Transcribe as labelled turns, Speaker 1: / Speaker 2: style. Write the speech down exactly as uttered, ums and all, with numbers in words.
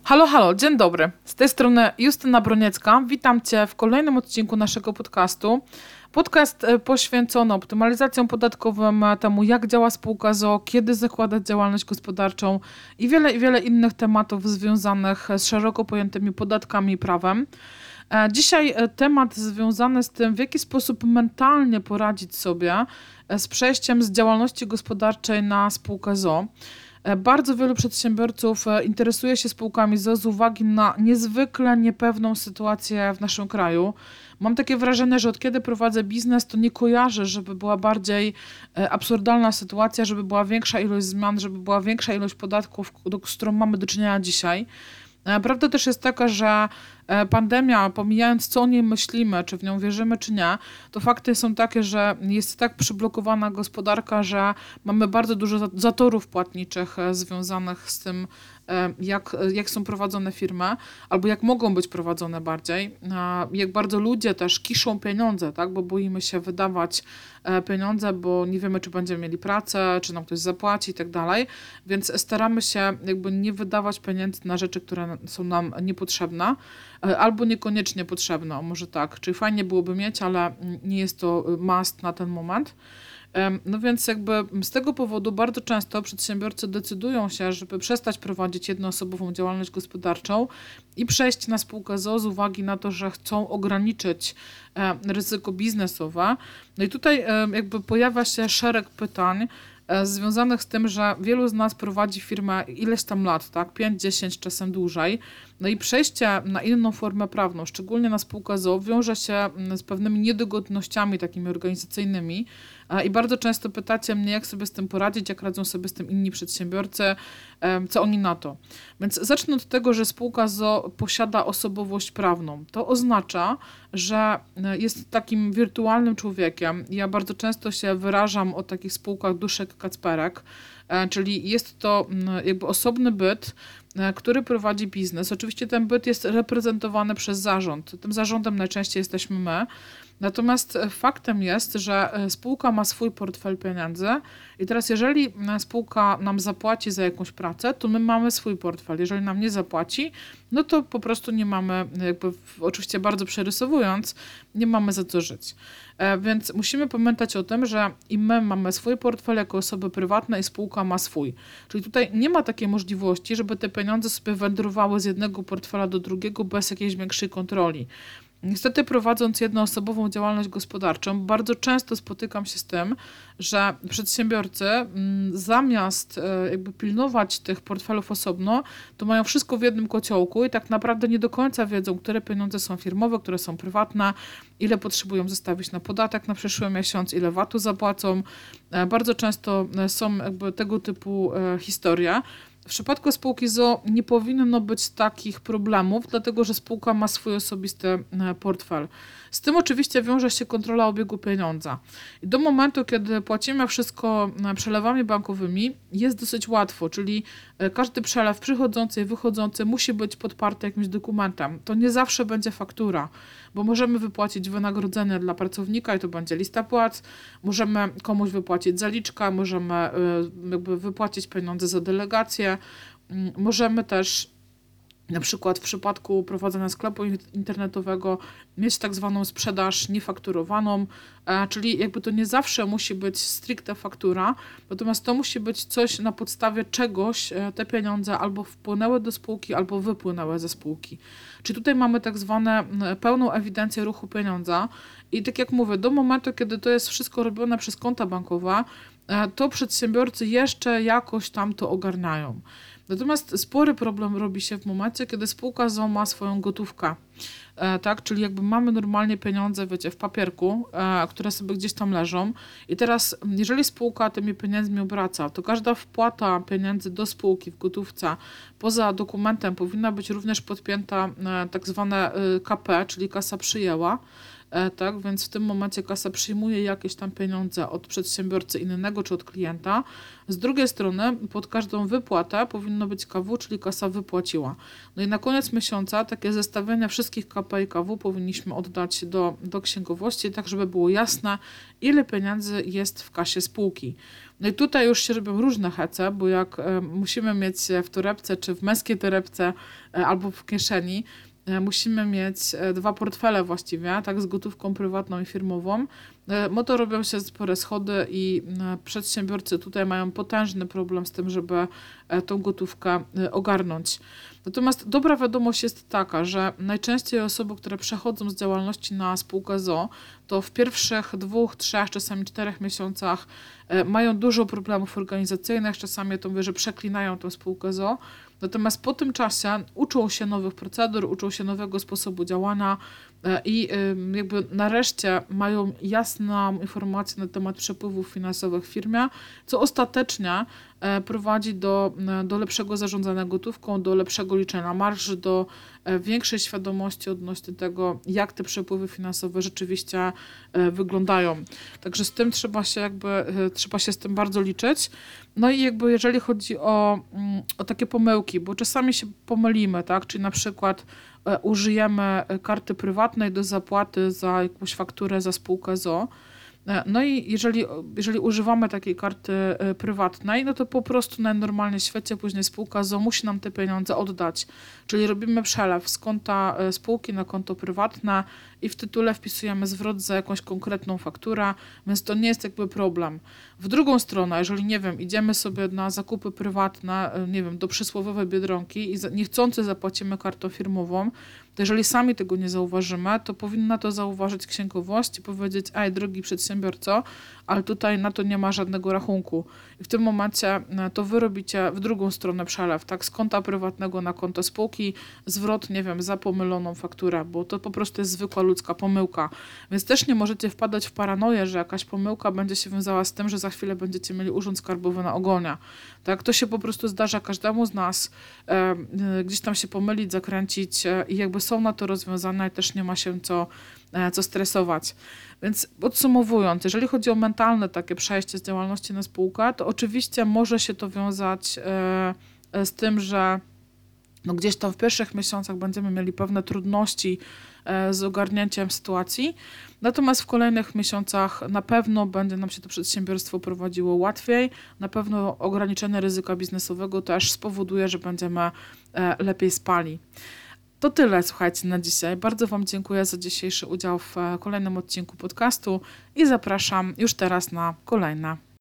Speaker 1: Halo, halo, dzień dobry. Z tej strony Justyna Broniecka. Witam Cię w kolejnym odcinku naszego podcastu. Podcast e, poświęcony optymalizacjom podatkowym, e, temu jak działa spółka z o o, kiedy zakładać działalność gospodarczą i wiele, i wiele innych tematów związanych z szeroko pojętymi podatkami i prawem. E, Dzisiaj e, temat związany z tym, w jaki sposób mentalnie poradzić sobie e, z przejściem z działalności gospodarczej na spółkę z o o. E, Bardzo wielu przedsiębiorców e, interesuje się spółkami z o o z uwagi na niezwykle niepewną sytuację w naszym kraju. Mam takie wrażenie, że od kiedy prowadzę biznes, to nie kojarzę, żeby była bardziej e, absurdalna sytuacja, żeby była większa ilość zmian, żeby była większa ilość podatków, do- z którą mamy do czynienia dzisiaj. E, Prawda też jest taka, że e, pandemia, pomijając co o niej myślimy, czy w nią wierzymy, czy nie, to fakty są takie, że jest tak przyblokowana gospodarka, że mamy bardzo dużo za- zatorów płatniczych e, związanych z tym, e, jak, jak są prowadzone firmy, albo jak mogą być prowadzone bardziej. E, Jak bardzo ludzie też kiszą pieniądze, tak, bo boimy się wydawać e, pieniądze, bo nie wiemy, czy będziemy mieli pracę, czy nam ktoś zapłaci i tak dalej, więc staramy się jakby nie wydawać pieniędzy na rzeczy, które są nam niepotrzebne, e, albo niekoniecznie potrzebne, o może tak, czyli fajnie byłoby mieć, ale mm, nie jest to y, must na ten moment. Em, No więc jakby z tego powodu bardzo często przedsiębiorcy decydują się, żeby przestać prowadzić jednoosobową działalność gospodarczą i przejść na spółkę z o o z uwagi na to, że chcą ograniczyć e, ryzyko biznesowe. No i tutaj e, jakby pojawia się szereg pytań e, związanych z tym, że wielu z nas prowadzi firmę ileś tam lat, tak, pięć, dziesięć, czasem dłużej. No i przejście na inną formę prawną, szczególnie na spółkę z o o, wiąże się mm, z pewnymi niedogodnościami takimi organizacyjnymi. E, I bardzo często pytacie mnie, jak sobie z tym poradzić, jak radzą sobie z tym inni przedsiębiorcy, em, co oni na to. Więc zacznę od tego, że spółka z o o posiada osobowość prawną. To oznacza, że e, jest takim wirtualnym człowiekiem. Ja bardzo często się wyrażam o takich spółkach Duszek Kacperek, e, czyli jest to mm, jakby osobny byt, e, który prowadzi biznes. Oczywiście ten byt jest reprezentowany przez zarząd. Tym zarządem najczęściej jesteśmy my. Natomiast e, faktem jest, że e, spółka ma swój portfel pieniędzy i teraz jeżeli e, spółka nam zapłaci za jakąś pracę, to my mamy swój portfel. Jeżeli nam nie zapłaci, no to po prostu nie mamy, e, jakby w, oczywiście bardzo przerysowując, nie mamy za co żyć. E, Więc musimy pamiętać o tym, że i my mamy swój portfel jako osoby prywatne i spółka ma swój. Czyli tutaj nie ma takiej możliwości, żeby te pieniądze sobie wędrowały z jednego portfela do drugiego bez jakiejś większej kontroli. Niestety prowadząc jednoosobową działalność gospodarczą, bardzo często spotykam się z tym, że przedsiębiorcy mm, zamiast e, jakby pilnować tych portfelów osobno, to mają wszystko w jednym kociołku i tak naprawdę nie do końca wiedzą, które pieniądze są firmowe, które są prywatne, ile potrzebują zostawić na podatek na przyszły miesiąc, ile vatu zapłacą. E, Bardzo często e, są jakby tego typu e, historie. W przypadku spółki z o o nie powinno być takich problemów, dlatego że spółka ma swój osobisty e, portfel. Z tym oczywiście wiąże się kontrola obiegu pieniądza. I do momentu, kiedy płacimy wszystko e, przelewami bankowymi, jest dosyć łatwo, czyli e, każdy przelew przychodzący i wychodzący musi być podparty jakimś dokumentem. To nie zawsze będzie faktura, bo możemy wypłacić wynagrodzenie dla pracownika i to będzie lista płac, możemy komuś wypłacić zaliczkę, możemy e, jakby wypłacić pieniądze za delegację, Mm, możemy też na przykład w przypadku prowadzenia sklepu in- internetowego mieć tak zwaną sprzedaż niefakturowaną, e, czyli jakby to nie zawsze musi być stricte faktura, natomiast to musi być coś na podstawie czegoś e, te pieniądze albo wpłynęły do spółki, albo wypłynęły ze spółki. Czyli tutaj mamy tak zwane m, pełną ewidencję ruchu pieniądza i tak jak mówię, do momentu, kiedy to jest wszystko robione przez konta bankowe, e, to przedsiębiorcy jeszcze jakoś tam to ogarniają. Natomiast spory problem robi się w momencie, kiedy spółka z o o ma swoją gotówkę, e, tak, czyli jakby mamy normalnie pieniądze, wiecie, w papierku, e, które sobie gdzieś tam leżą i teraz jeżeli spółka tymi pieniędzmi obraca, to każda wpłata pieniędzy do spółki w gotówce poza dokumentem powinna być również podpięta e, tak zwane e, K P, czyli kasa przyjęła. tak, więc w tym momencie kasa przyjmuje jakieś tam pieniądze od przedsiębiorcy innego czy od klienta. Z drugiej strony pod każdą wypłatę powinno być K W, czyli kasa wypłaciła. No i na koniec miesiąca takie zestawienia wszystkich K P i K W powinniśmy oddać do, do księgowości, tak żeby było jasne, ile pieniędzy jest w kasie spółki. No i tutaj już się robią różne hece, bo jak e, musimy mieć w torebce, czy w męskiej torebce, e, albo w kieszeni, e, musimy mieć e, dwa portfele właściwie, tak, z gotówką prywatną i firmową, e, no to robią się spore schody i e, przedsiębiorcy tutaj mają potężny problem z tym, żeby e, tą gotówkę e, ogarnąć. Natomiast dobra wiadomość jest taka, że najczęściej osoby, które przechodzą z działalności na spółkę z o o, to w pierwszych dwóch, trzech, czasami czterech miesiącach e, mają dużo problemów organizacyjnych, czasami to mówię, że przeklinają tą spółkę z o o, natomiast po tym czasie uczą się nowych procedur, uczą się nowego sposobu działania e, i e, jakby nareszcie mają jasną informację na temat przepływów finansowych w firmie, co ostatecznie e, prowadzi do, e, do lepszego zarządzania gotówką, do lepszego liczenia marży, do e, większej świadomości odnośnie tego, jak te przepływy finansowe rzeczywiście e, wyglądają. Także z tym trzeba się jakby, e, trzeba się z tym bardzo liczyć. No i jakby jeżeli chodzi o, mm, o takie pomyłki, bo czasami się pomylimy, tak, czyli na przykład e, użyjemy karty prywatnej do zapłaty za jakąś fakturę za spółkę z o o. No i jeżeli, jeżeli używamy takiej karty prywatnej, no to po prostu najnormalniej w świecie później spółka z o o musi nam te pieniądze oddać. Czyli robimy przelew z konta spółki na konto prywatne i w tytule wpisujemy zwrot za jakąś konkretną fakturę, więc to nie jest jakby problem. W drugą stronę, jeżeli, nie wiem, idziemy sobie na zakupy prywatne, nie wiem, do przysłowiowej Biedronki i niechcący zapłacimy kartą firmową, to jeżeli sami tego nie zauważymy, to powinna to zauważyć księgowość i powiedzieć: ej, drogi przedsiębiorco, ale tutaj na to nie ma żadnego rachunku. I w tym momencie to wy robicie w drugą stronę przelew, tak, z konta prywatnego na konto spółki, zwrot, nie wiem, za pomyloną fakturę, bo to po prostu jest zwykła ludzka pomyłka. Więc też nie możecie wpadać w paranoję, że jakaś pomyłka będzie się wiązała z tym, że za chwilę będziecie mieli urząd skarbowy na ogonie. Tak, to się po prostu zdarza każdemu z nas, e, gdzieś tam się pomylić, zakręcić e, i jakby są na to rozwiązane i też nie ma się co, e, co stresować. Więc podsumowując, jeżeli chodzi o mentalne takie przejście z działalności na spółkę, to oczywiście może się to wiązać e, z tym, że no gdzieś tam w pierwszych miesiącach będziemy mieli pewne trudności e, z ogarnięciem sytuacji, natomiast w kolejnych miesiącach na pewno będzie nam się to przedsiębiorstwo prowadziło łatwiej, na pewno ograniczenie ryzyka biznesowego też spowoduje, że będziemy e, lepiej spali. To tyle, słuchajcie, na dzisiaj. Bardzo wam dziękuję za dzisiejszy udział w kolejnym odcinku podcastu i zapraszam już teraz na kolejne.